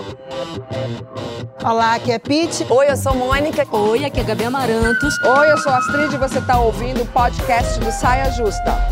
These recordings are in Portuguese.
Olá, aqui é Pete. Oi, eu sou Mônica. Oi, aqui é Gabi Amarantos. Oi, eu sou Astrid e você está ouvindo o podcast do Saia Justa.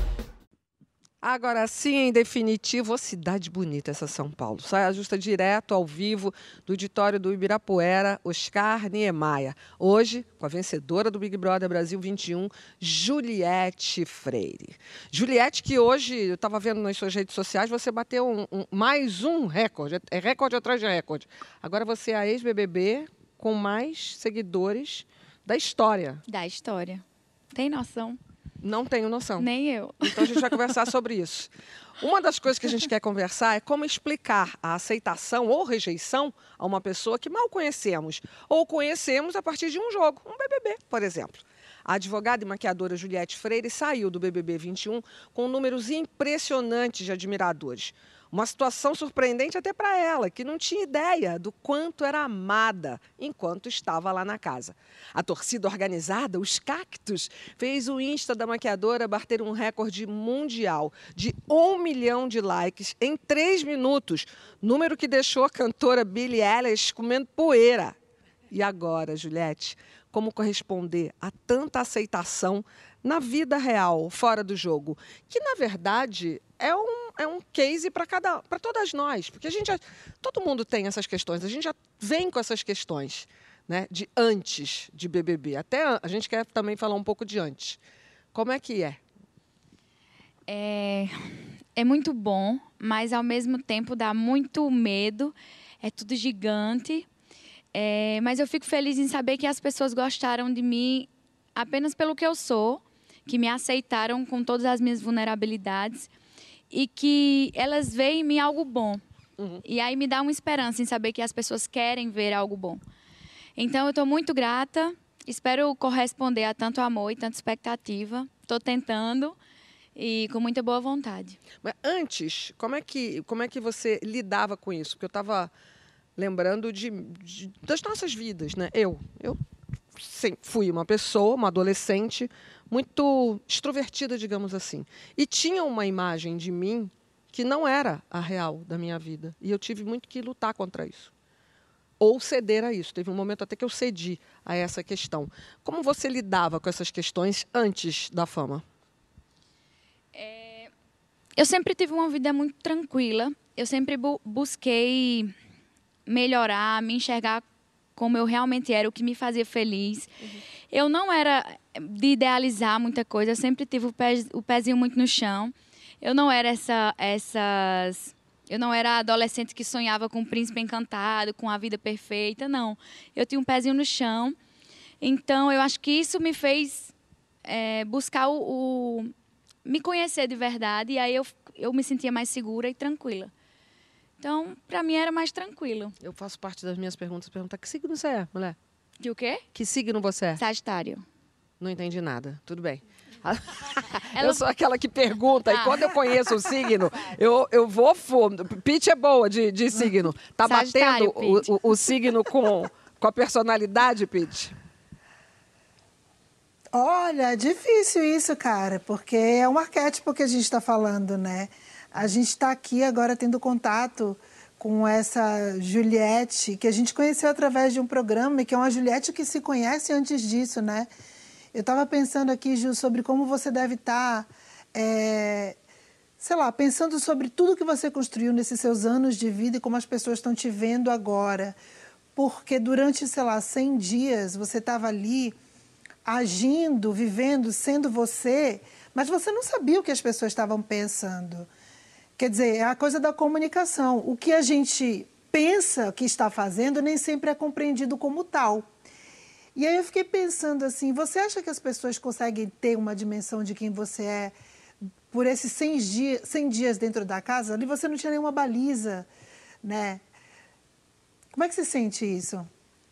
Agora sim, em definitivo, cidade bonita essa São Paulo. Saia Justa direto ao vivo do auditório do Ibirapuera, Oscar Niemeyer. Hoje, com a vencedora do Big Brother Brasil 21, Juliette Freire. Juliette, que hoje, eu estava vendo nas suas redes sociais, você bateu mais um recorde. É recorde atrás de recorde. Agora você é a ex-BBB com mais seguidores da história. Da história. Tem noção? Não tenho noção. Nem eu. Então a gente vai conversar sobre isso. Uma das coisas que a gente quer conversar é como explicar a aceitação ou rejeição a uma pessoa que mal conhecemos ou conhecemos a partir de um jogo, um BBB, por exemplo. A advogada e maquiadora Juliette Freire saiu do BBB 21 com números impressionantes de admiradores. Uma situação surpreendente até para ela, que não tinha ideia do quanto era amada enquanto estava lá na casa. A torcida organizada, os Cactos, fez o Insta da maquiadora bater um recorde mundial de 1 milhão de likes em 3 minutos, número que deixou a cantora Billie Eilish comendo poeira. E agora, Juliette, como corresponder a tanta aceitação na vida real, fora do jogo, que na verdade é um case para todas nós, porque todo mundo tem essas questões, a gente já vem com essas questões, né, de antes de BBB. Até a gente quer também falar um pouco de antes. Como é que é? É muito bom, mas ao mesmo tempo dá muito medo, é tudo gigante. Mas eu fico feliz em saber que as pessoas gostaram de mim apenas pelo que eu sou, que me aceitaram com todas as minhas vulnerabilidades e que elas veem em mim algo bom. Uhum. E aí me dá uma esperança em saber que as pessoas querem ver algo bom. Então eu estou muito grata, espero corresponder a tanto amor e tanta expectativa. Estou tentando e com muita boa vontade. Mas antes, como é que você lidava com isso? Porque eu estava lembrando das nossas vidas, né? Eu sempre fui uma pessoa, uma adolescente, muito extrovertida, digamos assim. E tinha uma imagem de mim que não era a real da minha vida. E eu tive muito que lutar contra isso. Ou ceder a isso. Teve um momento até que eu cedi a essa questão. Como você lidava com essas questões antes da fama? Eu sempre tive uma vida muito tranquila. Eu sempre busquei melhorar, me enxergar como eu realmente era, o que me fazia feliz. Uhum. Eu não era de idealizar muita coisa, eu sempre tive o pezinho muito no chão. Eu não era eu não era adolescente que sonhava com um príncipe encantado, com a vida perfeita, não. Eu tinha um pezinho no chão. Então, eu acho que isso me fez buscar me conhecer de verdade, e aí eu me sentia mais segura e tranquila. Então, para mim era mais tranquilo. Eu faço parte das minhas perguntas, perguntar que signo você é, mulher? De o quê? Que signo você é? Sagitário. Não entendi nada, tudo bem. Eu sou aquela que pergunta, e quando eu conheço o signo, eu vou fundo. Pete é boa de signo. Tá batendo o signo com a personalidade, Pete? Olha, é difícil isso, cara, porque é um arquétipo que a gente está falando, né? A gente está aqui agora tendo contato com essa Juliette, que a gente conheceu através de um programa, e que é uma Juliette que se conhece antes disso, né? Eu estava pensando aqui, Ju, sobre como você deve estar, sei lá, pensando sobre tudo que você construiu nesses seus anos de vida e como as pessoas estão te vendo agora. Porque durante, sei lá, 100 dias você estava ali agindo, vivendo, sendo você, mas você não sabia o que as pessoas estavam pensando. Quer dizer, é a coisa da comunicação. O que a gente pensa que está fazendo nem sempre é compreendido como tal. E aí eu fiquei pensando assim, você acha que as pessoas conseguem ter uma dimensão de quem você é por esses 100 dias dentro da casa? Ali você não tinha nenhuma baliza, né? Como é que você sente isso?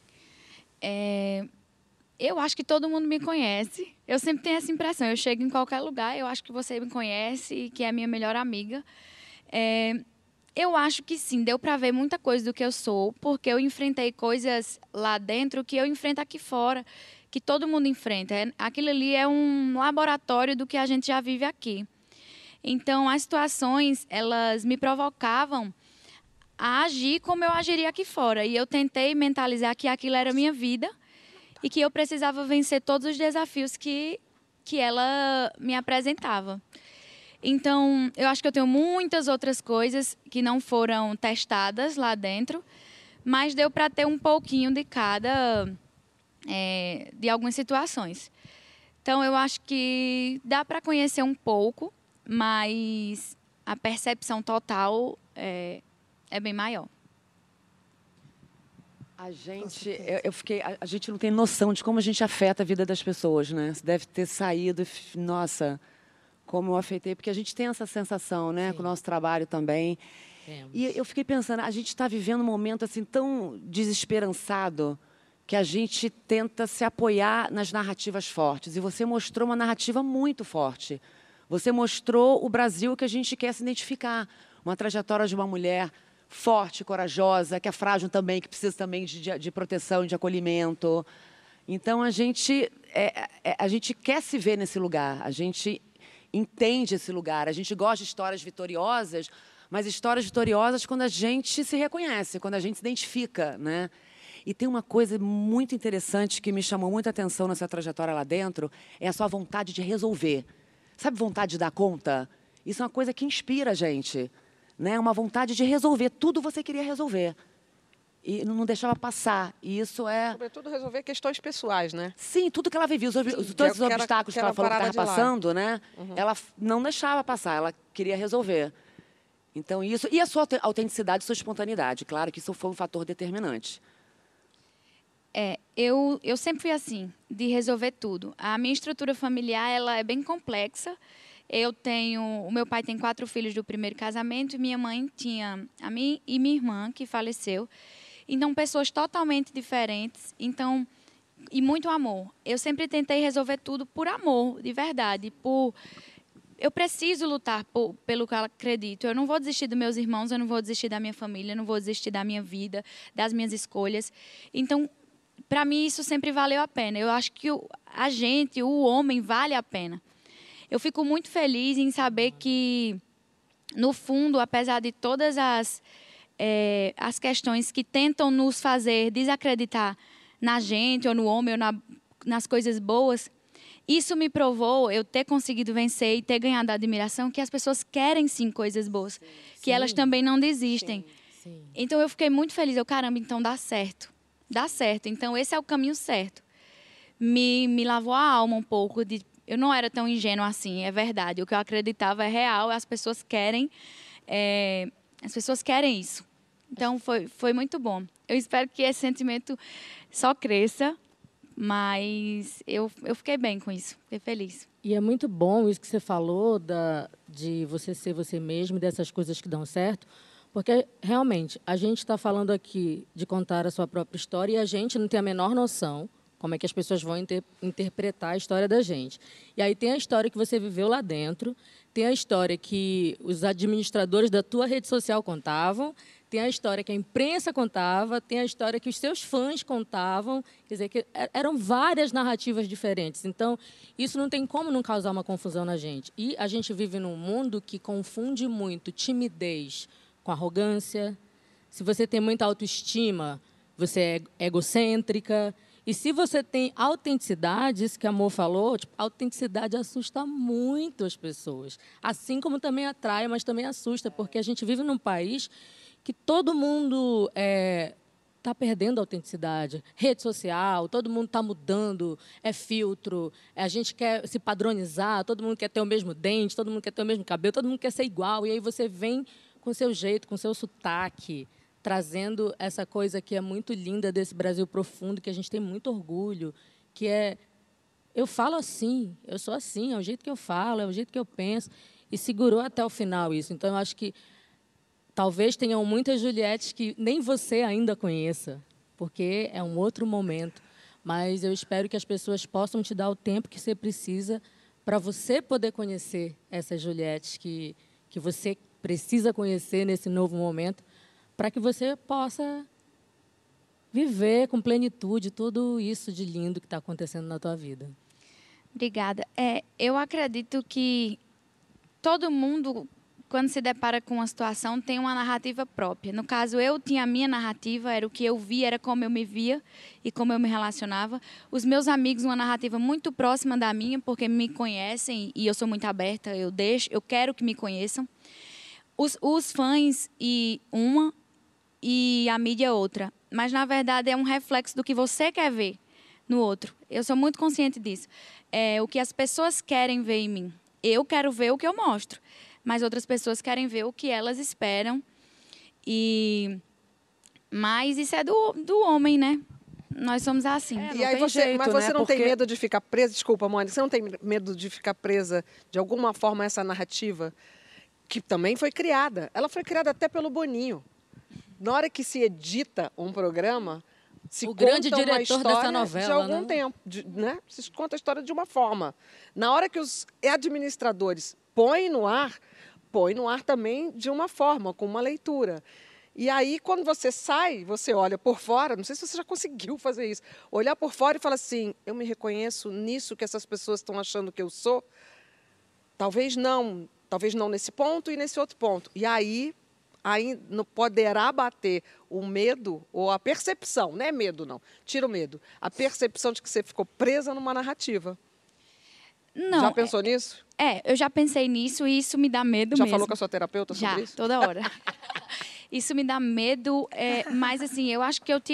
Eu acho que todo mundo me conhece. Eu sempre tenho essa impressão. Eu chego em qualquer lugar, eu acho que você me conhece e que é a minha melhor amiga. Eu acho que sim, deu para ver muita coisa do que eu sou, porque eu enfrentei coisas lá dentro que eu enfrento aqui fora, que todo mundo enfrenta. Aquilo ali é um laboratório do que a gente já vive aqui. Então, as situações, elas me provocavam a agir como eu agiria aqui fora. E eu tentei mentalizar que aquilo era a minha vida e que eu precisava vencer todos os desafios que ela me apresentava. Então, eu acho que eu tenho muitas outras coisas que não foram testadas lá dentro, mas deu para ter um pouquinho de cada, de algumas situações. Então, eu acho que dá para conhecer um pouco, mas a percepção total é bem maior. A gente não tem noção de como a gente afeta a vida das pessoas, né? Você deve ter saído, nossa, como eu afetei, porque a gente tem essa sensação, né, com o nosso trabalho também. E eu fiquei pensando, a gente está vivendo um momento assim tão desesperançado que a gente tenta se apoiar nas narrativas fortes. E você mostrou uma narrativa muito forte. Você mostrou o Brasil que a gente quer se identificar. Uma trajetória de uma mulher forte, corajosa, que é frágil também, que precisa também de proteção, de acolhimento. Então, a gente quer se ver nesse lugar. A gente entende esse lugar. A gente gosta de histórias vitoriosas, mas histórias vitoriosas quando a gente se reconhece, quando a gente se identifica, né? E tem uma coisa muito interessante que me chamou muita atenção nessa trajetória lá dentro, é a sua vontade de resolver. Sabe, vontade de dar conta? Isso é uma coisa que inspira a gente, né? Uma vontade de resolver. Tudo você queria resolver. E não deixava passar. E isso é... Sobretudo resolver questões pessoais, né? Sim, tudo que ela vivia, todos os obstáculos que ela falou que estava passando, né? Ela não deixava passar, ela queria resolver. Então, isso... E a sua autenticidade, sua espontaneidade. Claro que isso foi um fator determinante. Eu sempre fui assim, de resolver tudo. A minha estrutura familiar, ela é bem complexa. O meu pai tem 4 filhos do primeiro casamento e minha mãe tinha a mim e minha irmã, que faleceu. Então, pessoas totalmente diferentes. Então, e muito amor. Eu sempre tentei resolver tudo por amor, de verdade. Eu preciso lutar pelo que eu acredito. Eu não vou desistir dos meus irmãos, eu não vou desistir da minha família, eu não vou desistir da minha vida, das minhas escolhas. Então, para mim, isso sempre valeu a pena. Eu acho que o homem, vale a pena. Eu fico muito feliz em saber que, no fundo, apesar de todas as questões que tentam nos fazer desacreditar na gente, ou no homem, ou nas coisas boas, isso me provou, eu ter conseguido vencer e ter ganhado a admiração, que as pessoas querem sim coisas boas, que elas também não desistem. Sim. Então, eu fiquei muito feliz. Caramba, então dá certo. Dá certo. Então, esse é o caminho certo. Me lavou a alma um pouco. Eu não era tão ingênua assim, é verdade. O que eu acreditava é real, as pessoas querem isso. Então, foi muito bom. Eu espero que esse sentimento só cresça, mas eu fiquei bem com isso, fiquei feliz. E é muito bom isso que você falou, de você ser você mesmo, dessas coisas que dão certo, porque, realmente, a gente está falando aqui de contar a sua própria história e a gente não tem a menor noção como é que as pessoas vão interpretar a história da gente. E aí tem a história que você viveu lá dentro, tem a história que os administradores da tua rede social contavam, tem a história que a imprensa contava, tem a história que os seus fãs contavam. Quer dizer, que eram várias narrativas diferentes. Então, isso não tem como não causar uma confusão na gente. E a gente vive num mundo que confunde muito timidez com arrogância. Se você tem muita autoestima, você é egocêntrica. E se você tem autenticidade, isso que a Amor falou, a autenticidade assusta muito as pessoas. Assim como também atrai, mas também assusta, porque a gente vive num país que todo mundo está perdendo a autenticidade. Rede social, todo mundo está mudando, é filtro, a gente quer se padronizar, todo mundo quer ter o mesmo dente, todo mundo quer ter o mesmo cabelo, todo mundo quer ser igual. E aí você vem com o seu jeito, com o seu sotaque, trazendo essa coisa que é muito linda desse Brasil profundo, que a gente tem muito orgulho, que eu falo assim, eu sou assim, é o jeito que eu falo, é o jeito que eu penso, e segurou até o final isso. Então, eu acho que talvez tenham muitas Juliettes que nem você ainda conheça, porque é um outro momento. Mas eu espero que as pessoas possam te dar o tempo que você precisa para você poder conhecer essas Juliettes que você precisa conhecer nesse novo momento, para que você possa viver com plenitude tudo isso de lindo que está acontecendo na tua vida. Obrigada. Eu acredito que todo mundo quando se depara com uma situação, tem uma narrativa própria. No caso, eu tinha a minha narrativa, era o que eu via, era como eu me via e como eu me relacionava. Os meus amigos, uma narrativa muito próxima da minha, porque me conhecem e eu sou muito aberta, eu quero que me conheçam. Os fãs uma e a mídia outra. Mas, na verdade, é um reflexo do que você quer ver no outro. Eu sou muito consciente disso. É o que as pessoas querem ver em mim. Eu quero ver o que eu mostro, mas outras pessoas querem ver o que elas esperam. Mas isso é do homem, né? Nós somos assim. E aí mas você não tem medo de ficar presa? Desculpa, Mônica, você não tem medo de ficar presa de alguma forma a essa narrativa que também foi criada? Ela foi criada até pelo Boninho. Na hora que se edita um programa, se o grande conta uma diretor história dessa novela, de algum tempo, né? Se conta a história de uma forma. Na hora que os administradores põem no ar também de uma forma, com uma leitura. E aí, quando você sai, você olha por fora, não sei se você já conseguiu fazer isso, olhar por fora e falar assim, eu me reconheço nisso que essas pessoas estão achando que eu sou? Talvez não nesse ponto e nesse outro ponto. E aí não poderá bater o medo ou a percepção, não é medo não, tira o medo, a percepção de que você ficou presa numa narrativa. Não. Já pensou nisso? Eu já pensei nisso e isso me dá medo mesmo. Já falou com a sua terapeuta sobre isso? Já, toda hora. Isso me dá medo, mas assim, eu acho que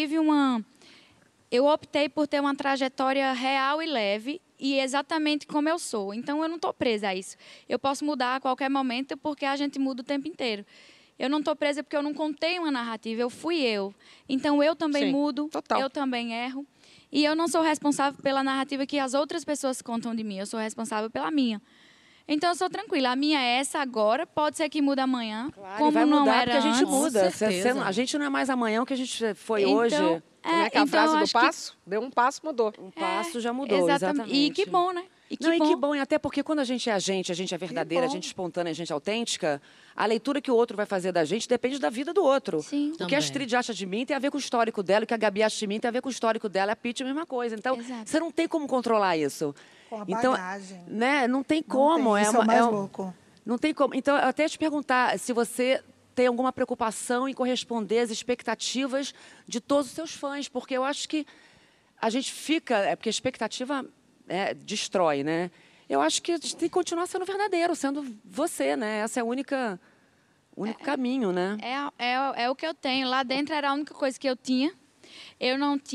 eu optei por ter uma trajetória real e leve e exatamente como eu sou. Então, eu não estou presa a isso. Eu posso mudar a qualquer momento porque a gente muda o tempo inteiro. Eu não estou presa porque eu não contei uma narrativa, eu fui eu. Então, eu também mudo, total. Eu também erro. E eu não sou responsável pela narrativa que as outras pessoas contam de mim, eu sou responsável pela minha. Então, eu sou tranquila. A minha é essa agora, pode ser que mude amanhã, claro, como vai não mudar, era porque a gente antes. muda. A gente não é mais amanhã o que a gente foi hoje. Como é que a frase do passo? Deu um passo, mudou. Um passo já mudou, exatamente. E que bom, né? E que bom, e até porque quando a gente é verdadeira, a gente é espontânea, a gente é autêntica, a leitura que o outro vai fazer da gente depende da vida do outro. Sim. O que a Astrid acha de mim tem a ver com o histórico dela, o que a Gabi acha de mim tem a ver com o histórico dela, a Pitty a mesma coisa. Então, você não tem como controlar isso. Com a bagagem. Então, né, não tem como. Isso é o mais louco. Não tem como. Então, eu até ia te perguntar se você tem alguma preocupação em corresponder às expectativas de todos os seus fãs, porque eu acho que a gente fica... porque a expectativa destrói, né? Eu acho que a gente tem que continuar sendo verdadeiro, sendo você, né? Esse é o único caminho, né? É o que eu tenho. Lá dentro era a única coisa que eu tinha. Eu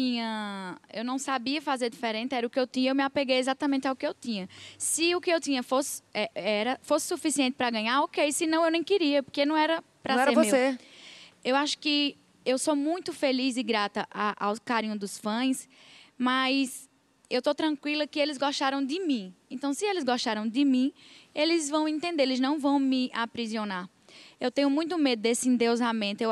não sabia fazer diferente, era o que eu tinha, eu me apeguei exatamente ao que eu tinha. Se o que eu tinha fosse suficiente para ganhar, ok. Se não, eu nem queria, porque não era para ser meu. Não era você. Eu acho que eu sou muito feliz e grata ao carinho dos fãs, mas eu estou tranquila que eles gostaram de mim. Então, se eles gostaram de mim, eles vão entender, eles não vão me aprisionar. Eu tenho muito medo desse endeusamento,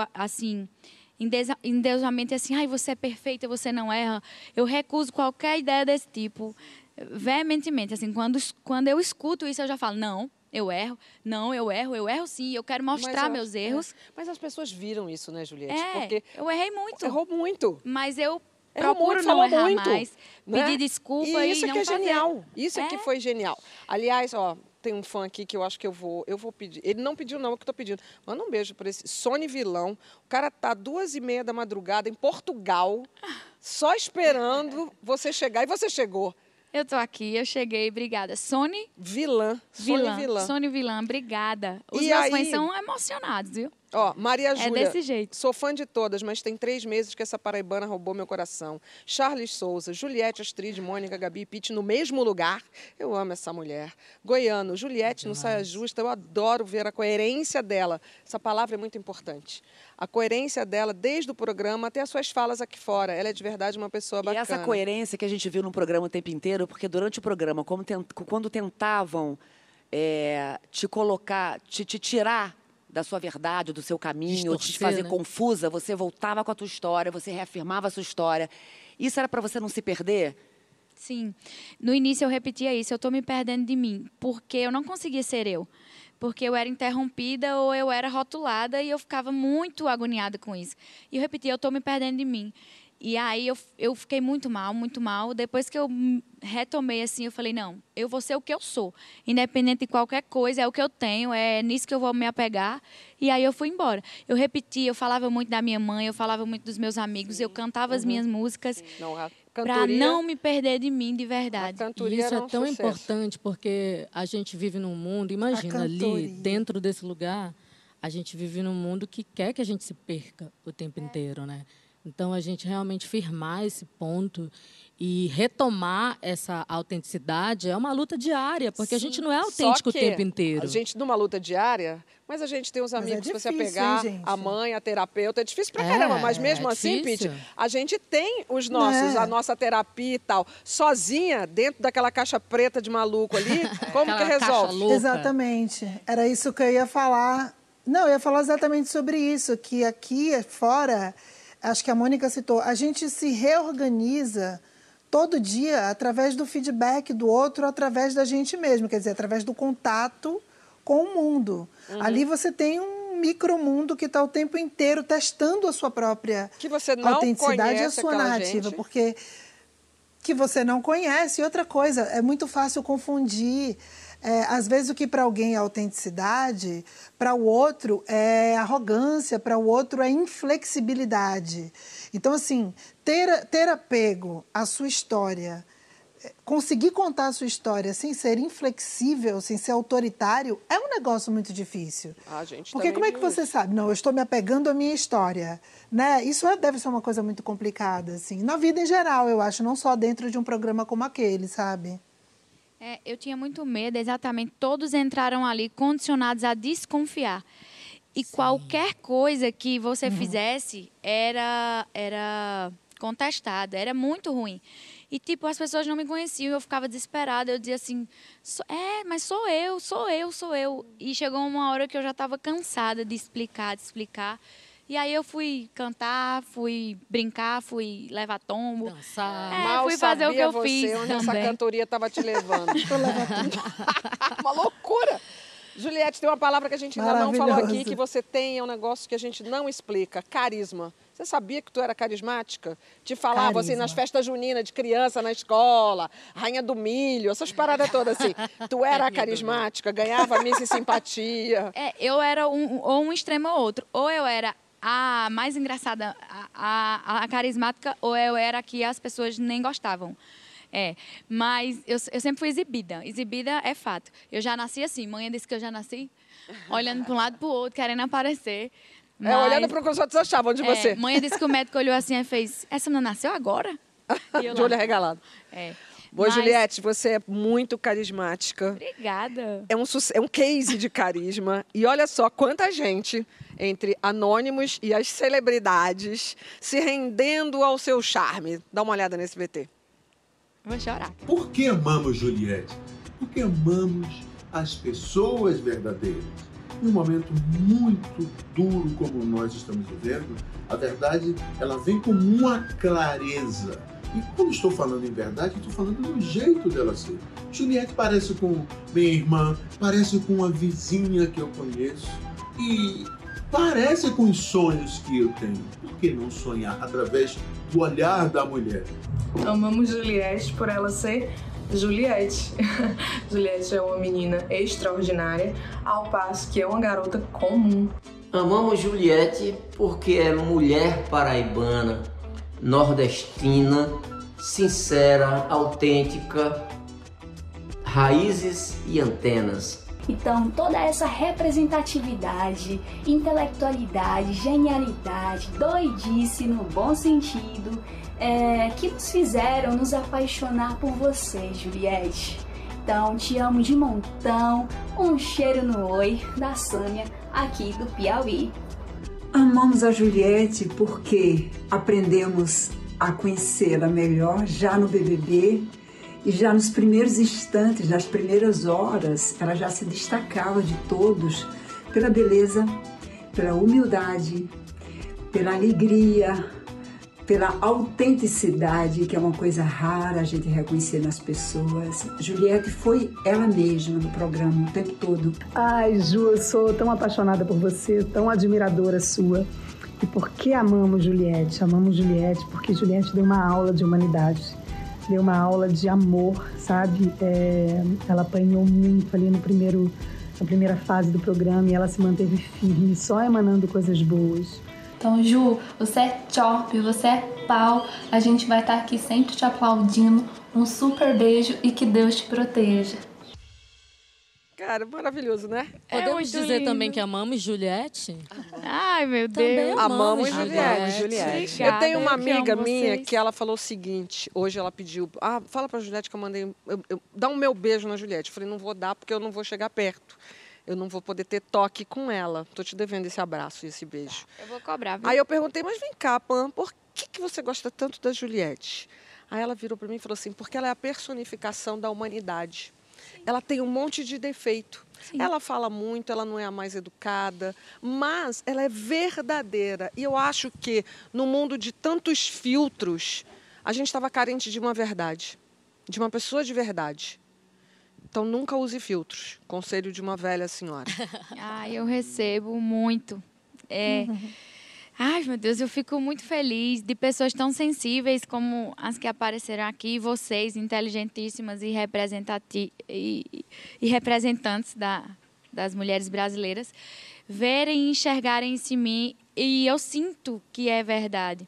endeusamento assim, ai, você é perfeita, você não erra. Eu recuso qualquer ideia desse tipo, veementemente. Assim, quando eu escuto isso, eu já falo, não, eu erro sim, eu quero mostrar meus erros. Mas as pessoas viram isso, né, Juliette? Porque eu errei muito. Errou muito. Mas eu Errou procuro muito, não errar muito, mais, né? pedir desculpa e isso não que é fazer. genial. Isso é que foi genial. Aliás, ó, tem um fã aqui que eu acho que eu vou pedir. Ele não pediu, não, é o que eu estou pedindo. Manda um beijo para esse Sony Vilão. O cara tá 2h30 da madrugada em Portugal, só esperando você chegar. E você chegou. Eu tô aqui, eu cheguei, obrigada. Sony Vilã. Sony Vilã, obrigada. Os meus fãs são emocionados, viu? Ó, Maria Júlia, desse jeito. Sou fã de todas, mas tem 3 meses que essa paraibana roubou meu coração. Charles Souza, Juliette, Astrid, Mônica, Gabi e Pitty no mesmo lugar. Eu amo essa mulher. Goiano, Juliette no Saia Justa, eu adoro ver a coerência dela. Essa palavra é muito importante. A coerência dela desde o programa até as suas falas aqui fora. Ela é de verdade uma pessoa bacana. E essa coerência que a gente viu no programa o tempo inteiro, porque durante o programa, quando tentavam te colocar, te tirar da sua verdade, do seu caminho, te fazer confusa, você voltava com a tua história, você reafirmava a sua história. Isso era para você não se perder? Sim. No início eu repetia isso, eu estou me perdendo de mim, porque eu não conseguia ser eu. porque eu era interrompida ou eu era rotulada e eu ficava muito agoniada com isso. E eu repetia, eu estou me perdendo de mim. E aí eu fiquei muito mal, muito mal. Depois que eu retomei assim, eu falei, não, eu vou ser o que eu sou. Independente de qualquer coisa, é o que eu tenho, é nisso que eu vou me apegar. E aí eu fui embora. Eu repetia, eu falava muito da minha mãe, eu falava muito dos meus amigos, eu cantava as minhas músicas para não me perder de mim de verdade. E isso é tão importante porque a gente vive num mundo, imagina ali, dentro desse lugar, a gente vive num mundo que quer que a gente se perca o tempo inteiro, né? Então, a gente realmente firmar esse ponto e retomar essa autenticidade é uma luta diária, porque a gente não é autêntico o tempo inteiro. A gente, numa luta diária, mas a gente tem os amigos, se você apegar, a mãe, a terapeuta, é difícil pra caramba, mas mesmo assim, Pete, a gente tem os nossos, a nossa terapia e tal. Sozinha, dentro daquela caixa preta de maluco ali, como que resolve? Exatamente. Era isso que eu ia falar. Não, eu ia falar exatamente sobre isso, que aqui fora... Acho que a Mônica citou, a gente se reorganiza todo dia através do feedback do outro, através da gente mesmo, quer dizer, através do contato com o mundo. Ali você tem um micromundo que está o tempo inteiro testando a sua própria autenticidade e a sua narrativa, porque que você não conhece. E outra coisa, é muito fácil confundir. Às vezes o que para alguém é autenticidade, para o outro é arrogância, para o outro é inflexibilidade. Então, assim, ter apego à sua história, conseguir contar a sua história sem ser inflexível, sem ser autoritário, é um negócio muito difícil. Porque como é que você sabe? Não, eu estou me apegando à minha história. Né? Isso deve ser uma coisa muito complicada, assim. Na vida em geral, eu acho, não só dentro de um programa como aquele, sabe? Eu tinha muito medo, exatamente. Todos entraram ali condicionados a desconfiar. E qualquer coisa que você fizesse era contestada, era muito ruim. E, tipo, as pessoas não me conheciam, eu ficava desesperada. Eu dizia assim, mas sou eu. E chegou uma hora que eu já estava cansada de explicar. E aí eu fui cantar, fui brincar, fui levar tombo. Dançar. Fui fazer o que eu fiz onde também. Essa cantoria estava te levando. Uma loucura. Juliette, tem uma palavra que a gente ainda não falou aqui, que você tem, é um negócio que a gente não explica. Carisma. Você sabia que tu era carismática? Te falava assim, nas festas juninas de criança, na escola, rainha do milho, essas paradas todas assim. Tu era carismática, ganhava Miss Simpatia. Eu era ou um extremo ou outro. Ou eu era a mais engraçada, a carismática, ou eu era a que as pessoas nem gostavam. Mas eu sempre fui exibida. Exibida é fato. Eu já nasci assim. Mãe disse que eu já nasci olhando para um lado e para o outro, querendo aparecer. Olhando para o que os outros achavam de você. Mãe disse que o médico olhou assim e fez, essa não nasceu agora? De olho arregalado. Juliette, você é muito carismática. Obrigada. É um case de carisma. E olha só quanta gente, entre anônimos e as celebridades, se rendendo ao seu charme. Dá uma olhada nesse VT. Vou chorar. Por que amamos Juliette? Porque amamos as pessoas verdadeiras. Em um momento muito duro como nós estamos vivendo, a verdade ela vem com uma clareza. E quando estou falando em verdade, estou falando do jeito dela ser. Juliette parece com minha irmã, parece com uma vizinha que eu conheço e parece com os sonhos que eu tenho. Por que não sonhar através do olhar da mulher? Amamos Juliette por ela ser Juliette. Juliette é uma menina extraordinária, ao passo que é uma garota comum. Amamos Juliette porque é mulher paraibana, nordestina, sincera, autêntica, raízes e antenas. Então, toda essa representatividade, intelectualidade, genialidade, doidice no bom sentido, que nos fizeram nos apaixonar por você, Juliette. Então, te amo de montão, um cheiro no oi da Sâmia, aqui do Piauí. Amamos a Juliette porque aprendemos a conhecê-la melhor já no BBB e já nos primeiros instantes, nas primeiras horas, ela já se destacava de todos pela beleza, pela humildade, pela alegria, pela autenticidade, que é uma coisa rara a gente reconhecer nas pessoas. Juliette foi ela mesma no programa o tempo todo. Ai, Ju, eu sou tão apaixonada por você, tão admiradora sua. E por que amamos Juliette? Amamos Juliette porque Juliette deu uma aula de humanidade, deu uma aula de amor, sabe? Ela apanhou muito ali na primeira fase do programa e ela se manteve firme, só emanando coisas boas. Então, Ju, você é top, você é pau. A gente vai estar aqui sempre te aplaudindo. Um super beijo e que Deus te proteja. Cara, maravilhoso, né? Podemos dizer lindo. Também que amamos Juliette? Ai, meu Deus. Amamos Juliette. Obrigada, eu tenho uma amiga minha que ela falou o seguinte, hoje ela pediu, fala pra Juliette que eu mandei, dá um meu beijo na Juliette. Eu falei, não vou dar porque eu não vou chegar perto. Eu não vou poder ter toque com ela. Tô te devendo esse abraço e esse beijo. Eu vou cobrar, viu? Aí eu perguntei, mas vem cá, Pam, por que você gosta tanto da Juliette? Aí ela virou para mim e falou assim, porque ela é a personificação da humanidade. Sim. Ela tem um monte de defeito. Sim. Ela fala muito, ela não é a mais educada, mas ela é verdadeira. E eu acho que no mundo de tantos filtros, a gente estava carente de uma verdade, de uma pessoa de verdade. Então, nunca use filtros. Conselho de uma velha senhora. Eu recebo muito. Ai, meu Deus, eu fico muito feliz de pessoas tão sensíveis como as que apareceram aqui, vocês, inteligentíssimas e representantes das mulheres brasileiras, verem e enxergarem isso em mim, e eu sinto que é verdade.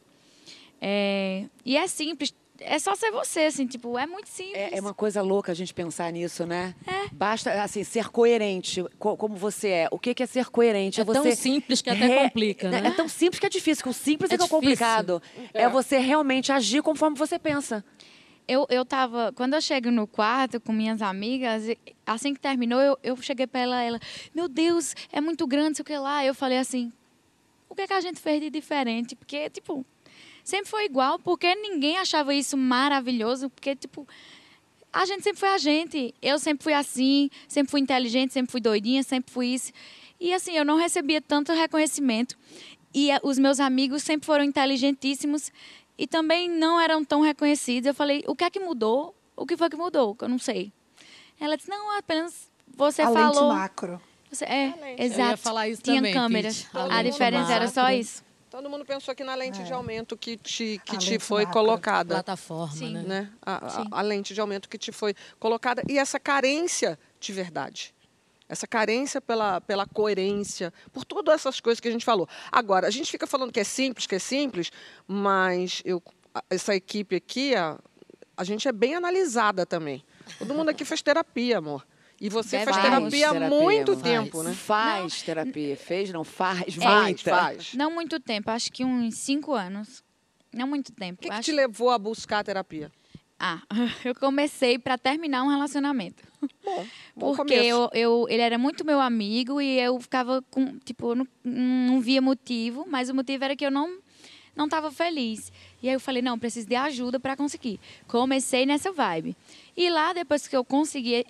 E é simples. É só ser você, assim, tipo, é muito simples. É uma coisa louca a gente pensar nisso, né? Basta, assim, ser coerente, como você é. O que é ser coerente? É tão simples que até complica, né? É tão simples que é difícil, que o simples é que é complicado. É você realmente agir conforme você pensa. Eu tava... Quando eu chego no quarto com minhas amigas, assim que terminou, eu cheguei pra ela, meu Deus, é muito grande, sei o que lá. Eu falei assim, o que a gente fez de diferente? Porque, tipo... Sempre foi igual, porque ninguém achava isso maravilhoso, porque, tipo, a gente sempre foi a gente. Eu sempre fui assim, sempre fui inteligente, sempre fui doidinha, sempre fui isso. E, assim, eu não recebia tanto reconhecimento. E os meus amigos sempre foram inteligentíssimos e também não eram tão reconhecidos. Eu falei, o que é que mudou? O que foi que mudou? Que eu não sei. Ela disse, não, apenas você falou... A lente macro. Exato. Eu ia falar isso Tinha também, câmeras. Pete. A diferença era só isso. Todo mundo pensou que na lente de aumento que te foi colocada. Plataforma, né? A lente de aumento que te foi colocada. E essa carência de verdade. Essa carência pela coerência, por todas essas coisas que a gente falou. Agora, a gente fica falando que é simples, mas essa equipe aqui, a gente é bem analisada também. Todo mundo aqui fez terapia, amor. E você faz terapia há muito tempo, né? Faz terapia. Fez, não faz. Faz. Não muito tempo, acho que uns 5 anos. Não muito tempo. O que te levou a buscar a terapia? Eu comecei para terminar um relacionamento. Bom porque ele era muito meu amigo e eu ficava com, tipo, eu não via motivo, mas o motivo era que eu não estava feliz. E aí eu falei, não, preciso de ajuda para conseguir. Comecei nessa vibe. E lá, depois que eu consegui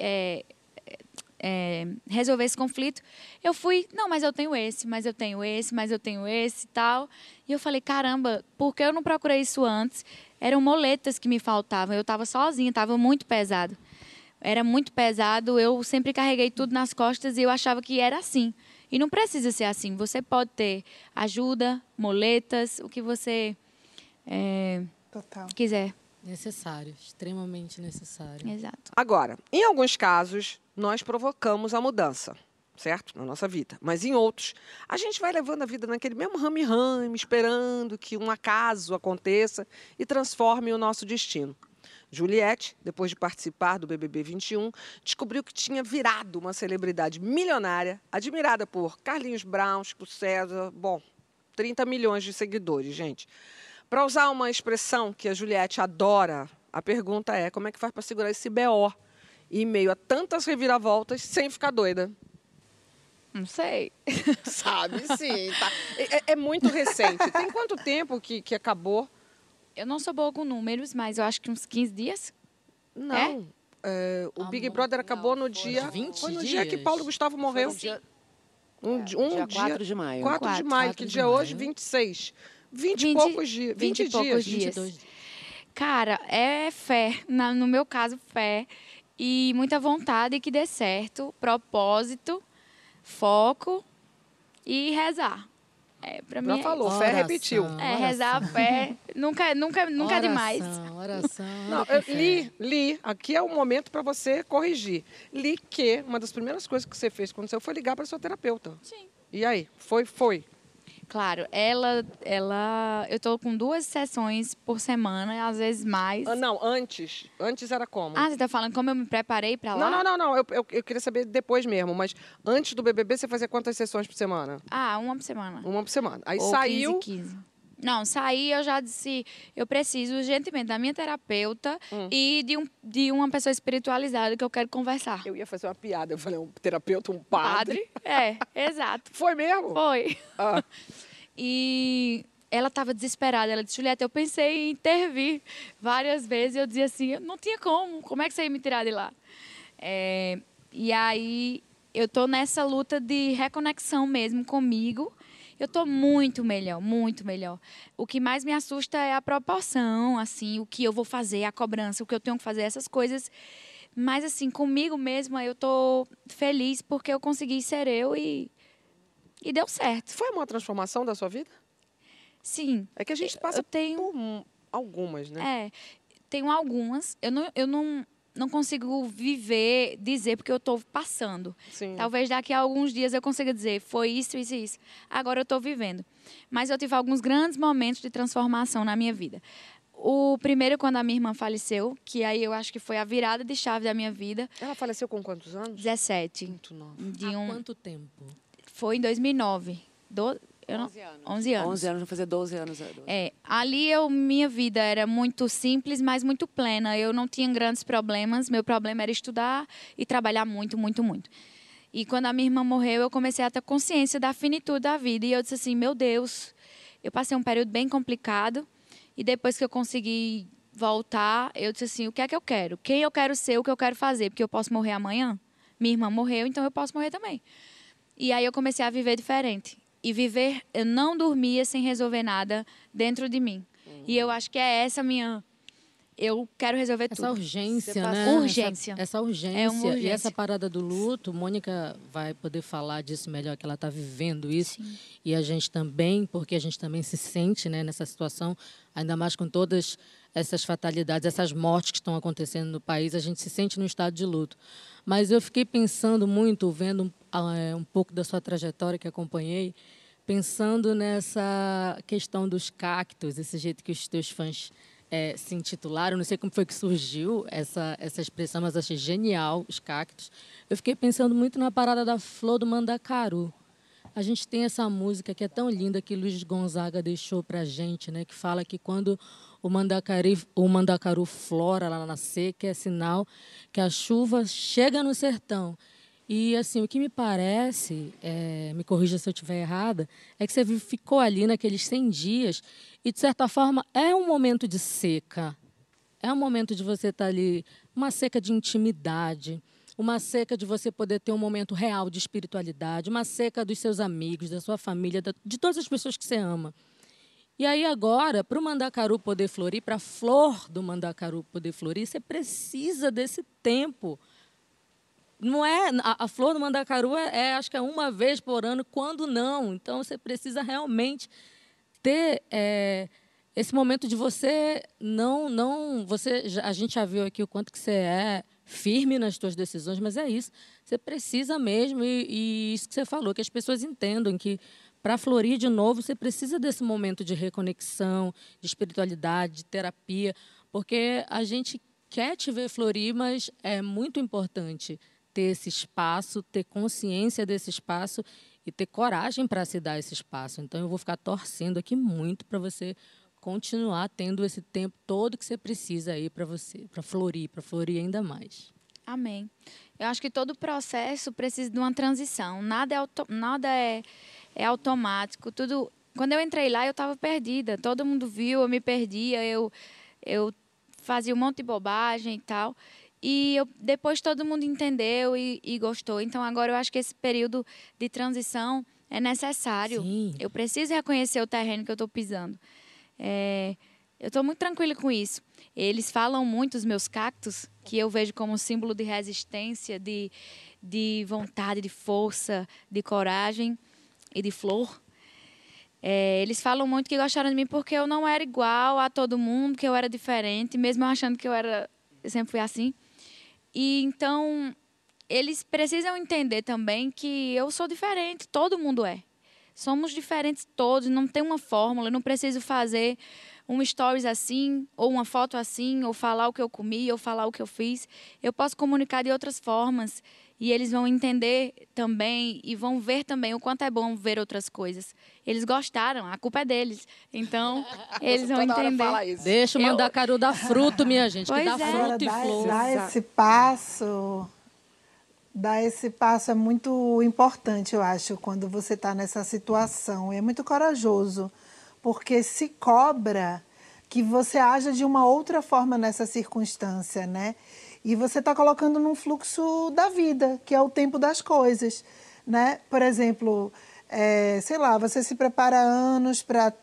resolver esse conflito, eu fui, não, mas eu tenho esse, mas eu tenho esse, mas eu tenho esse e tal. E eu falei, caramba, por que eu não procurei isso antes? Eram moletas que me faltavam, eu estava sozinha, estava muito pesado. Era muito pesado, eu sempre carreguei tudo nas costas e eu achava que era assim. E não precisa ser assim, você pode ter ajuda, moletas, o que você quiser. Necessário, extremamente necessário. Exato. Agora, em alguns casos, nós provocamos a mudança, certo? Na nossa vida. Mas em outros, a gente vai levando a vida naquele mesmo rame-rame, esperando que um acaso aconteça e transforme o nosso destino. Juliette, depois de participar do BBB 21, descobriu que tinha virado uma celebridade milionária, admirada por Carlinhos Brown, Chico César, 30 milhões de seguidores, gente. Para usar uma expressão que a Juliette adora, a pergunta é, como é que faz para segurar esse BO em meio a tantas reviravoltas sem ficar doida? Não sei. Sabe, sim. Tá. É muito recente. Tem quanto tempo que acabou? Eu não sou boa com números, mas eu acho que uns 15 dias. Não. O Big Brother acabou no dia... Foi no dia que Paulo Gustavo morreu. Dia 4 de maio. 4 de maio, que dia hoje, 26. 20 e poucos dias. 20 e poucos dias. 22 dias. Cara, é fé. No meu caso, fé. E muita vontade que dê certo. Propósito, foco e rezar. Pra mim falou, oração, fé repetiu. Rezar, fé. Nunca é demais. Oração. Não, Li, aqui é o momento para você corrigir. Li que uma das primeiras coisas que você fez quando você foi ligar para sua terapeuta. Sim. E aí? Foi? Claro, eu tô com 2 sessões por semana, às vezes mais. Não, antes. Antes era como? Você tá falando como eu me preparei pra lá? Não. Eu queria saber depois mesmo. Mas antes do BBB, você fazia quantas sessões por semana? Uma por semana. Uma por semana. Aí Ou saiu... 15. Não, saí, eu já disse, eu preciso urgentemente da minha terapeuta e de uma pessoa espiritualizada que eu quero conversar. Eu ia fazer uma piada, eu falei, um terapeuta, um padre. Exato. Foi mesmo? Foi. E ela estava desesperada, ela disse, Julieta, eu pensei em intervir várias vezes, e eu dizia assim, não tinha como é que você ia me tirar de lá? E aí, eu tô nessa luta de reconexão mesmo comigo. Eu tô muito melhor, muito melhor. O que mais me assusta é a proporção, assim, o que eu vou fazer, a cobrança, o que eu tenho que fazer, essas coisas. Mas, assim, comigo mesma, eu tô feliz porque eu consegui ser eu e deu certo. Foi uma transformação da sua vida? Sim. É que a gente passa por algumas, né? Tenho algumas. Eu não consigo dizer, porque eu estou passando. Sim. Talvez daqui a alguns dias eu consiga dizer, foi isso. Agora eu estou vivendo. Mas eu tive alguns grandes momentos de transformação na minha vida. O primeiro, quando a minha irmã faleceu, que aí eu acho que foi a virada de chave da minha vida. Ela faleceu com quantos anos? 17. Muito nova. Há quanto tempo? Foi em 2009. 11 anos. 11 anos. 11 anos, vou fazer 12 anos. Ali minha vida era muito simples, mas muito plena. Eu não tinha grandes problemas. Meu problema era estudar e trabalhar muito, muito, muito. E quando a minha irmã morreu, eu comecei a ter consciência da finitude da vida. E eu disse assim, meu Deus, eu passei um período bem complicado. E depois que eu consegui voltar, eu disse assim, o que é que eu quero? Quem eu quero ser, o que eu quero fazer? Porque eu posso morrer amanhã. Minha irmã morreu, então eu posso morrer também. E aí eu comecei a viver diferente. E eu não dormia sem resolver nada dentro de mim. E eu acho que é essa minha... Eu quero resolver tudo. Essa urgência, né? Urgência. Essa urgência. É uma urgência. E essa parada do luto, Mônica vai poder falar disso melhor, que ela está vivendo isso. Sim. E a gente também, porque a gente também se sente, né, nessa situação, ainda mais com todas essas fatalidades, essas mortes que estão acontecendo no país, a gente se sente no estado de luto. Mas eu fiquei pensando muito, vendo um pouco da sua trajetória que acompanhei, pensando nessa questão dos cactos, esse jeito que os teus fãs se intitularam. Não sei como foi que surgiu essa expressão, mas achei genial, os cactos. Eu fiquei pensando muito na parada da flor do mandacaru. A gente tem essa música que é tão linda que Luiz Gonzaga deixou para a gente, né? Que fala que quando o mandacaru flora lá na seca, é sinal que a chuva chega no sertão. E, assim, o que me parece, me corrija se eu estiver errada, é que você ficou ali naqueles 100 dias e, de certa forma, é um momento de seca. É um momento de você estar ali, uma seca de intimidade, uma seca de você poder ter um momento real de espiritualidade, uma seca dos seus amigos, da sua família, de todas as pessoas que você ama. E aí agora, para o mandacaru poder florir, para a flor do mandacaru poder florir, você precisa desse tempo. Não é, a flor do mandacaru acho que é uma vez por ano, quando não. Então, você precisa realmente ter esse momento de você a gente já viu aqui o quanto que você é firme nas suas decisões, mas é isso. Você precisa mesmo, e isso que você falou, que as pessoas entendam que para florir de novo, você precisa desse momento de reconexão, de espiritualidade, de terapia, porque a gente quer te ver florir, mas é muito importante ter esse espaço, ter consciência desse espaço e ter coragem para se dar esse espaço. Então, eu vou ficar torcendo aqui muito para você continuar tendo esse tempo todo que você precisa aí para florir ainda mais. Amém. Eu acho que todo processo precisa de uma transição. Nada é automático. Tudo. Quando eu entrei lá, eu estava perdida. Todo mundo viu, eu me perdia, eu fazia um monte de bobagem e tal. E depois todo mundo entendeu e gostou. Então, agora eu acho que esse período de transição é necessário. Sim. Eu preciso reconhecer o terreno que eu estou pisando. Eu estou muito tranquila com isso. Eles falam muito, os meus cactos, que eu vejo como um símbolo de resistência, de vontade, de força, de coragem e de flor. Eles falam muito que gostaram de mim porque eu não era igual a todo mundo, que eu era diferente, mesmo eu achando que eu sempre fui assim. E então, eles precisam entender também que eu sou diferente, todo mundo é. Somos diferentes todos, não tem uma fórmula, eu não preciso fazer um stories assim, ou uma foto assim, ou falar o que eu comi, ou falar o que eu fiz. Eu posso comunicar de outras formas e eles vão entender também e vão ver também o quanto é bom ver outras coisas. Eles gostaram, a culpa é deles. Então, eles vão entender. Deixa eu mandar Caru dar fruto, minha gente, que Pois dá é. fruto e flor. Dar esse passo é muito importante, eu acho, quando você está nessa situação. É muito corajoso, porque se cobra que você haja de uma outra forma nessa circunstância, né? E você está colocando num fluxo da vida, que é o tempo das coisas, né? Por exemplo, sei lá, você se prepara há anos para...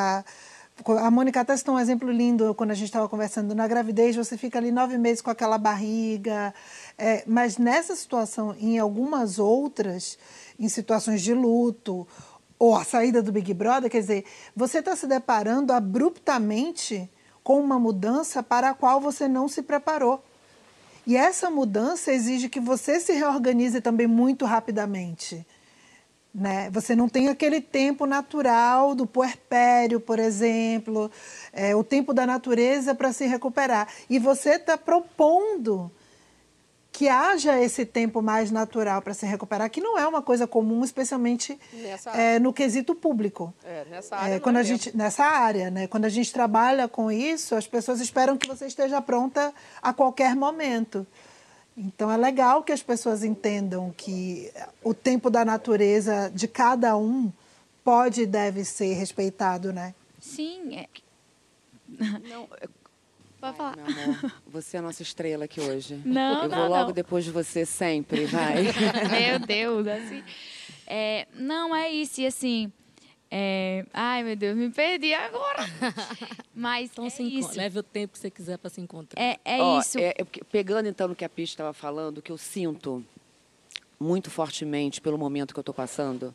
A Mônica até citou um exemplo lindo quando a gente estava conversando. Na gravidez, você fica ali 9 meses com aquela barriga. Mas nessa situação, em algumas outras, em situações de luto, ou a saída do Big Brother, quer dizer, você está se deparando abruptamente com uma mudança para a qual você não se preparou. E essa mudança exige que você se reorganize também muito rapidamente. Né? Você não tem aquele tempo natural do puerpério, por exemplo, o tempo da natureza para se recuperar. E você está propondo que haja esse tempo mais natural para se recuperar, que não é uma coisa comum, especialmente no quesito público. Nessa área. Nessa área, né? Quando a gente trabalha com isso, as pessoas esperam que você esteja pronta a qualquer momento. Então, é legal que as pessoas entendam que o tempo da natureza de cada um pode e deve ser respeitado, né? Sim. Não, pode falar. Meu amor, você é a nossa estrela aqui hoje. Não, eu vou logo depois de você sempre, vai. Meu Deus, assim. Não, é isso, e assim... ai, meu Deus, me perdi agora. Mas então, isso. Leve o tempo que você quiser para se encontrar. Isso. Pegando, então, no que a Pete estava falando, o que eu sinto muito fortemente pelo momento que eu estou passando,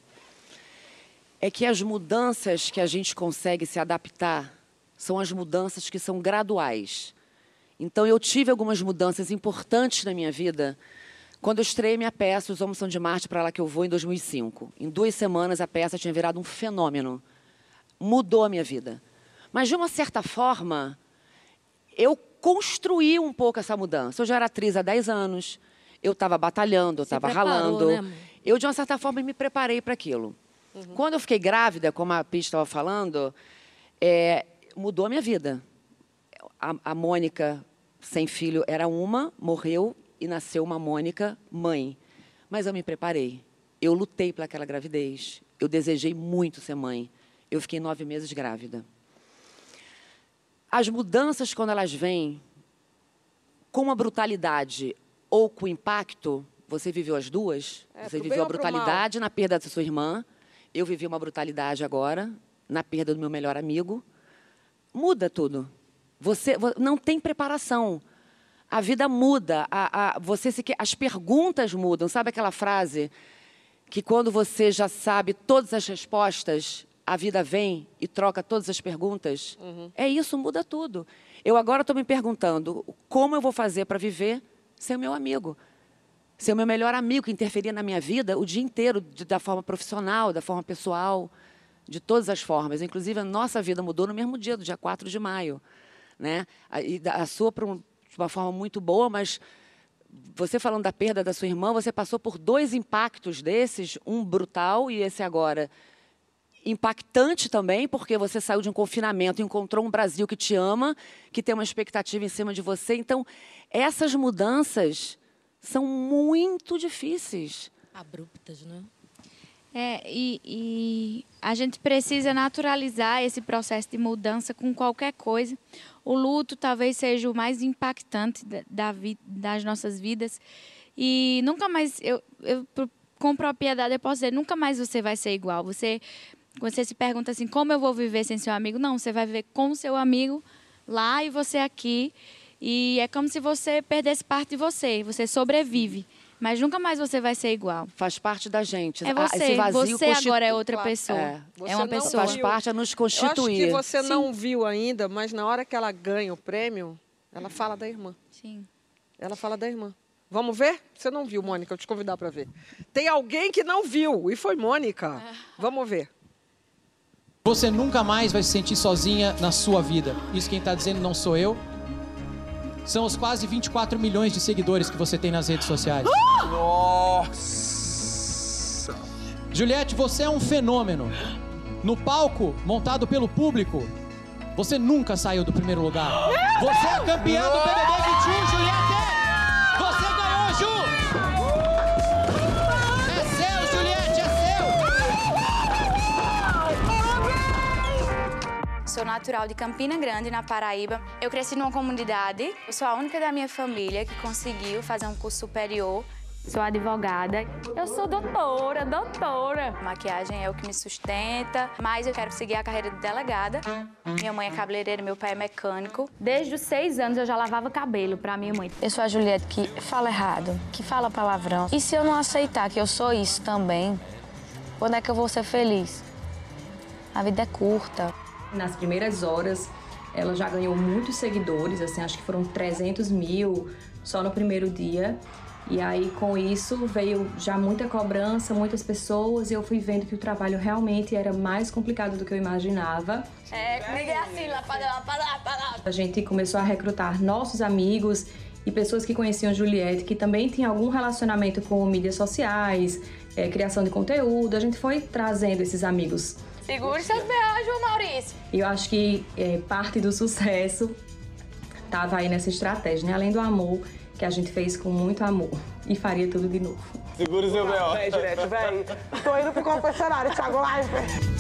é que as mudanças que a gente consegue se adaptar são as mudanças que são graduais. Então, eu tive algumas mudanças importantes na minha vida quando eu estreiei minha peça, Os Homens São de Marte, Para Lá Que Eu Vou, em 2005. Em 2 semanas, a peça tinha virado um fenômeno. Mudou a minha vida. Mas, de uma certa forma, eu construí um pouco essa mudança. Eu já era atriz há 10 anos, eu estava batalhando, eu estava ralando. Né, eu, de uma certa forma, me preparei para aquilo. Quando eu fiquei grávida, como a Pete estava falando, mudou a minha vida. A Mônica, sem filho, era uma, morreu, e nasceu uma Mônica mãe. Mas eu me preparei. Eu lutei para aquela gravidez. Eu desejei muito ser mãe. Eu fiquei 9 meses grávida. As mudanças, quando elas vêm com uma brutalidade ou com impacto, você viveu as duas. Você viveu a brutalidade na perda da sua irmã. Eu vivi uma brutalidade agora na perda do meu melhor amigo. Muda tudo. Você não tem preparação. A vida muda, as perguntas mudam. Sabe aquela frase que quando você já sabe todas as respostas, a vida vem e troca todas as perguntas? É isso, muda tudo. Eu agora estou me perguntando como eu vou fazer para viver sem o meu amigo. Ser o meu melhor amigo que interferia na minha vida o dia inteiro, da forma profissional, da forma pessoal, de todas as formas. Inclusive, a nossa vida mudou no mesmo dia, do dia 4 de maio. Né? E a sua de uma forma muito boa, mas você falando da perda da sua irmã, você passou por 2 impactos desses, um brutal e esse agora impactante também, porque você saiu de um confinamento, encontrou um Brasil que te ama, que tem uma expectativa em cima de você. Então, essas mudanças são muito difíceis. Abruptas, né? E a gente precisa naturalizar esse processo de mudança com qualquer coisa. O luto talvez seja o mais impactante das nossas vidas. E nunca mais... com propriedade eu posso dizer, nunca mais você vai ser igual. Você se pergunta assim, como eu vou viver sem seu amigo? Não, você vai viver com seu amigo lá e você aqui. E é como se você perdesse parte de você. Você sobrevive. Mas nunca mais você vai ser igual. Faz parte da gente. É você. Esse vazio você agora é outra pessoa. É uma pessoa. Faz parte a nos constituir. Eu acho que você não viu ainda, mas na hora que ela ganha o prêmio, ela fala da irmã. Sim. Ela fala da irmã. Vamos ver? Você não viu, Mônica, eu te convidar para ver. Tem alguém que não viu, e foi Mônica. Vamos ver. Você nunca mais vai se sentir sozinha na sua vida. Isso quem está dizendo não sou eu. São os quase 24 milhões de seguidores que você tem nas redes sociais. Nossa! Juliette, você é um fenômeno. No palco, montado pelo público, você nunca saiu do primeiro lugar. Você é campeã do BBB 21, Juliette! Você ganhou, Ju! É seu, Juliette, é seu! Sou natural de Campina Grande, na Paraíba. Eu cresci numa comunidade. Eu sou a única da minha família que conseguiu fazer um curso superior. Sou advogada. Eu sou doutora. Maquiagem é o que me sustenta, mas eu quero seguir a carreira de delegada. Minha mãe é cabeleireira, meu pai é mecânico. Desde os 6 anos eu já lavava cabelo pra minha mãe. Eu sou a Juliette que fala errado, que fala palavrão. E se eu não aceitar que eu sou isso também, quando é que eu vou ser feliz? A vida é curta. Nas primeiras horas, ela já ganhou muitos seguidores, assim, acho que foram 300 mil só no primeiro dia. E aí, com isso, veio já muita cobrança, muitas pessoas, e eu fui vendo que o trabalho realmente era mais complicado do que eu imaginava. Comigo é assim, lá para lá. A gente começou a recrutar nossos amigos e pessoas que conheciam Juliette, que também tinham algum relacionamento com mídias sociais, criação de conteúdo. A gente foi trazendo esses amigos. Segure seus beijos, Maurício. E eu acho que parte do sucesso estava aí nessa estratégia, né? Além do amor, que a gente fez com muito amor. E faria tudo de novo. Segura o seu B.O. Vem, Juliette, vem. Tô indo pro confessionário, Thiago Leifert.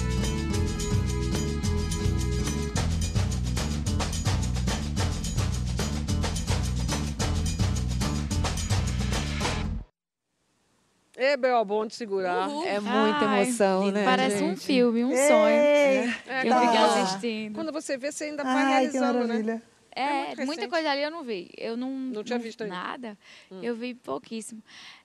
É, B.O., bom de segurar. É muita emoção, né, Parece gente? um filme, um sonho. Que eu fico assistindo. Quando você vê, você ainda vai realizando, né? Muita coisa ali eu não vi. Eu não tinha visto ainda. Nada. Eu vi pouquíssimo.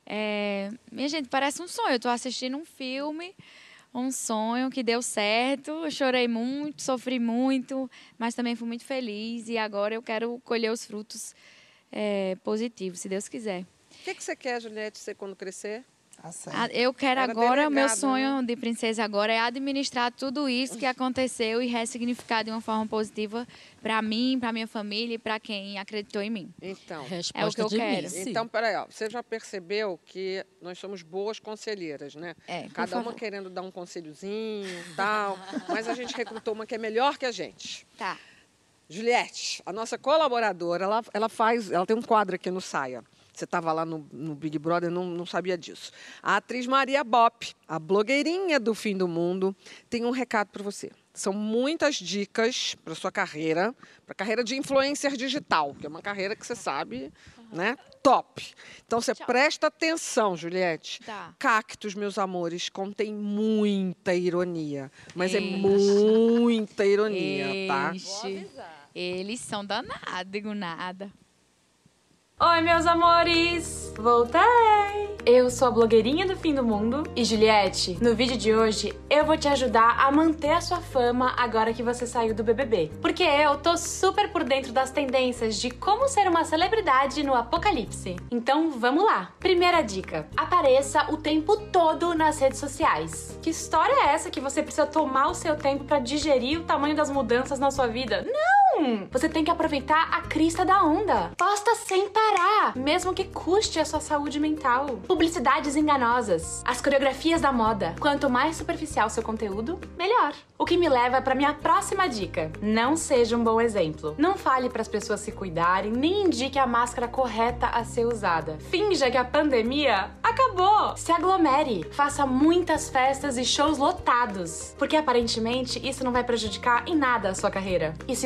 Minha gente, parece um sonho. Eu tô assistindo um filme, um sonho que deu certo. Eu chorei muito, sofri muito, mas também fui muito feliz. E agora eu quero colher os frutos positivos, se Deus quiser. O que você quer, Juliette, ser quando crescer? Eu quero agora, o meu sonho né? de princesa agora é administrar tudo isso que aconteceu e ressignificar de uma forma positiva para mim, para minha família e para quem acreditou em mim. Então, é o que eu quero. Então, peraí, ó, você já percebeu que nós somos boas conselheiras, né? Cada uma querendo dar um conselhozinho e tal, mas a gente recrutou uma que é melhor que a gente. Tá. Juliette, a nossa colaboradora, ela tem um quadro aqui no Saia. Você estava lá no Big Brother, não sabia disso. A atriz Maria Bopp, a blogueirinha do fim do mundo, tem um recado para você. São muitas dicas para sua carreira, para a carreira de influencer digital, que é uma carreira que você sabe, né? Top. Então, você presta atenção, Juliette. Tá. Cactos, meus amores, contém muita ironia. Mas é muita ironia, tá? Eles são danados, digo nada. Oi, meus amores! Voltei! Eu sou a blogueirinha do fim do mundo e Juliette, no vídeo de hoje eu vou te ajudar a manter a sua fama agora que você saiu do BBB. Porque eu tô super por dentro das tendências de como ser uma celebridade no apocalipse. Então vamos lá! Primeira dica: apareça o tempo todo nas redes sociais. Que história é essa que você precisa tomar o seu tempo pra digerir o tamanho das mudanças na sua vida? Não! Você tem que aproveitar a crista da onda. Posta sem parar, mesmo que custe a sua saúde mental. Publicidades enganosas, as coreografias da moda. Quanto mais superficial seu conteúdo, melhor. O que me leva para minha próxima dica: não seja um bom exemplo. Não fale para as pessoas se cuidarem, nem indique a máscara correta a ser usada. Finja que a pandemia acabou. Se aglomere, faça muitas festas e shows lotados, porque aparentemente isso não vai prejudicar em nada a sua carreira. E se você sentir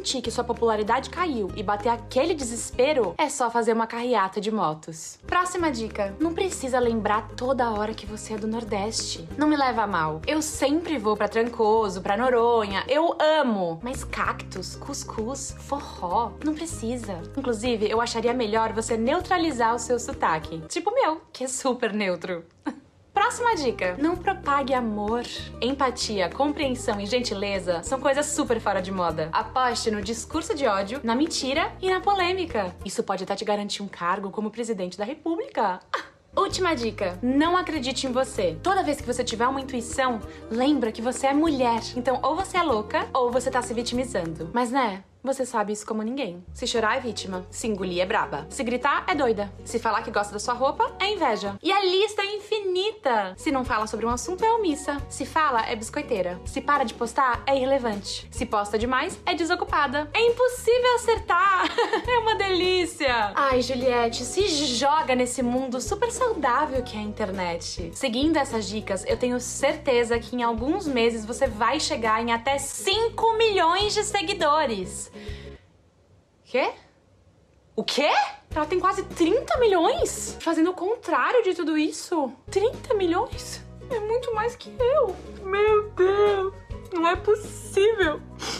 sentir que sua popularidade caiu e bater aquele desespero, é só fazer uma carreata de motos. Próxima dica. Não precisa lembrar toda hora que você é do Nordeste. Não me leva a mal. Eu sempre vou pra Trancoso, pra Noronha. Eu amo. Mas cactos, cuscuz, forró, não precisa. Inclusive, eu acharia melhor você neutralizar o seu sotaque. Tipo o meu, que é super neutro. Próxima dica. Não propague amor. Empatia, compreensão e gentileza são coisas super fora de moda. Aposte no discurso de ódio, na mentira e na polêmica. Isso pode até te garantir um cargo como presidente da República. Última dica. Não acredite em você. Toda vez que você tiver uma intuição, lembra que você é mulher. Então, ou você é louca, ou você tá se vitimizando. Mas, né? Você sabe isso como ninguém. Se chorar é vítima, se engolir é braba, se gritar é doida, se falar que gosta da sua roupa é inveja. E a lista é infinita. Se não fala sobre um assunto é omissa, se fala é biscoiteira, se para de postar é irrelevante, se posta demais é desocupada. É impossível acertar. É uma delícia. Ai, Juliette, se joga nesse mundo super saudável que é a internet. Seguindo essas dicas, eu tenho certeza que em alguns meses você vai chegar em até 5 milhões de seguidores. Quê? O quê? Ela tem quase 30 milhões? Fazendo o contrário de tudo isso? 30 milhões? É muito mais que eu. Meu Deus, não é possível.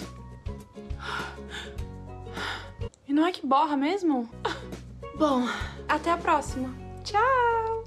E não é que borra mesmo? Bom, até a próxima. Tchau.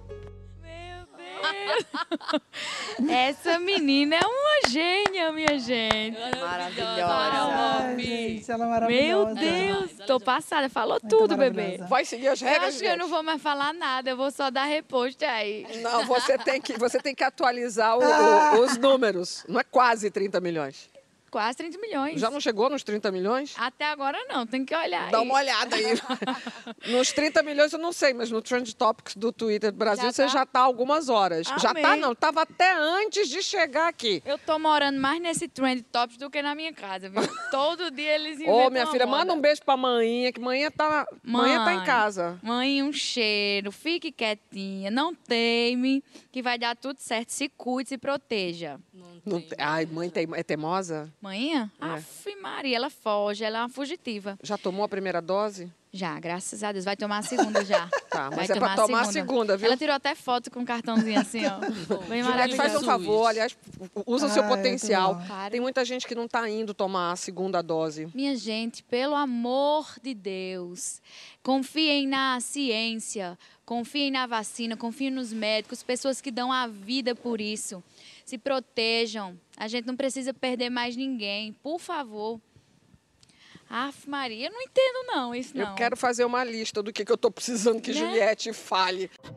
Essa menina é uma gênia, minha gente. Maravilhosa. Gente, ela é maravilhosa. Meu Deus, tô passada. Falou tudo, bebê. Vai seguir as Eu regras, acho que eu não vou mais falar nada, eu vou só dar repost aí. Não, você tem que atualizar os números. Não é quase 30 milhões. Quase 30 milhões. Já não chegou nos 30 milhões? Até agora não, tem que olhar. Dá aí. uma olhada aí. Nos 30 milhões eu não sei, mas no Trend Topics do Twitter do Brasil você já tá há algumas horas. Amém. Já tá não, tava até antes de chegar aqui. Eu tô morando mais nesse Trend Topics do que na minha casa, viu? Todo dia eles inventam Ô, minha uma filha, moda. manda um beijo pra manhinha, que manhinha tá em casa. Mãe, um cheiro, fique quietinha, não teime, que vai dar tudo certo. Se cuide, se proteja. Ai, mãe é teimosa? Manhinha? É. Aff, Maria, ela foge, ela é uma fugitiva. Já tomou a primeira dose? Já, graças a Deus. Vai tomar a segunda já. Tá, mas vai é pra tomar a segunda, viu? Ela tirou até foto com um cartãozinho assim, ó. Bem Juliette, maravilhoso. faz um favor, aliás, usa o seu Ai, potencial. Claro. Tem muita gente que não tá indo tomar a segunda dose. Minha gente, pelo amor de Deus, confiem na ciência, confiem na vacina, confiem nos médicos, pessoas que dão a vida por isso. Se protejam. A gente não precisa perder mais ninguém, por favor. Aff, Maria, eu não entendo não, isso não. Eu quero fazer uma lista do que eu tô precisando que Né? Juliette fale.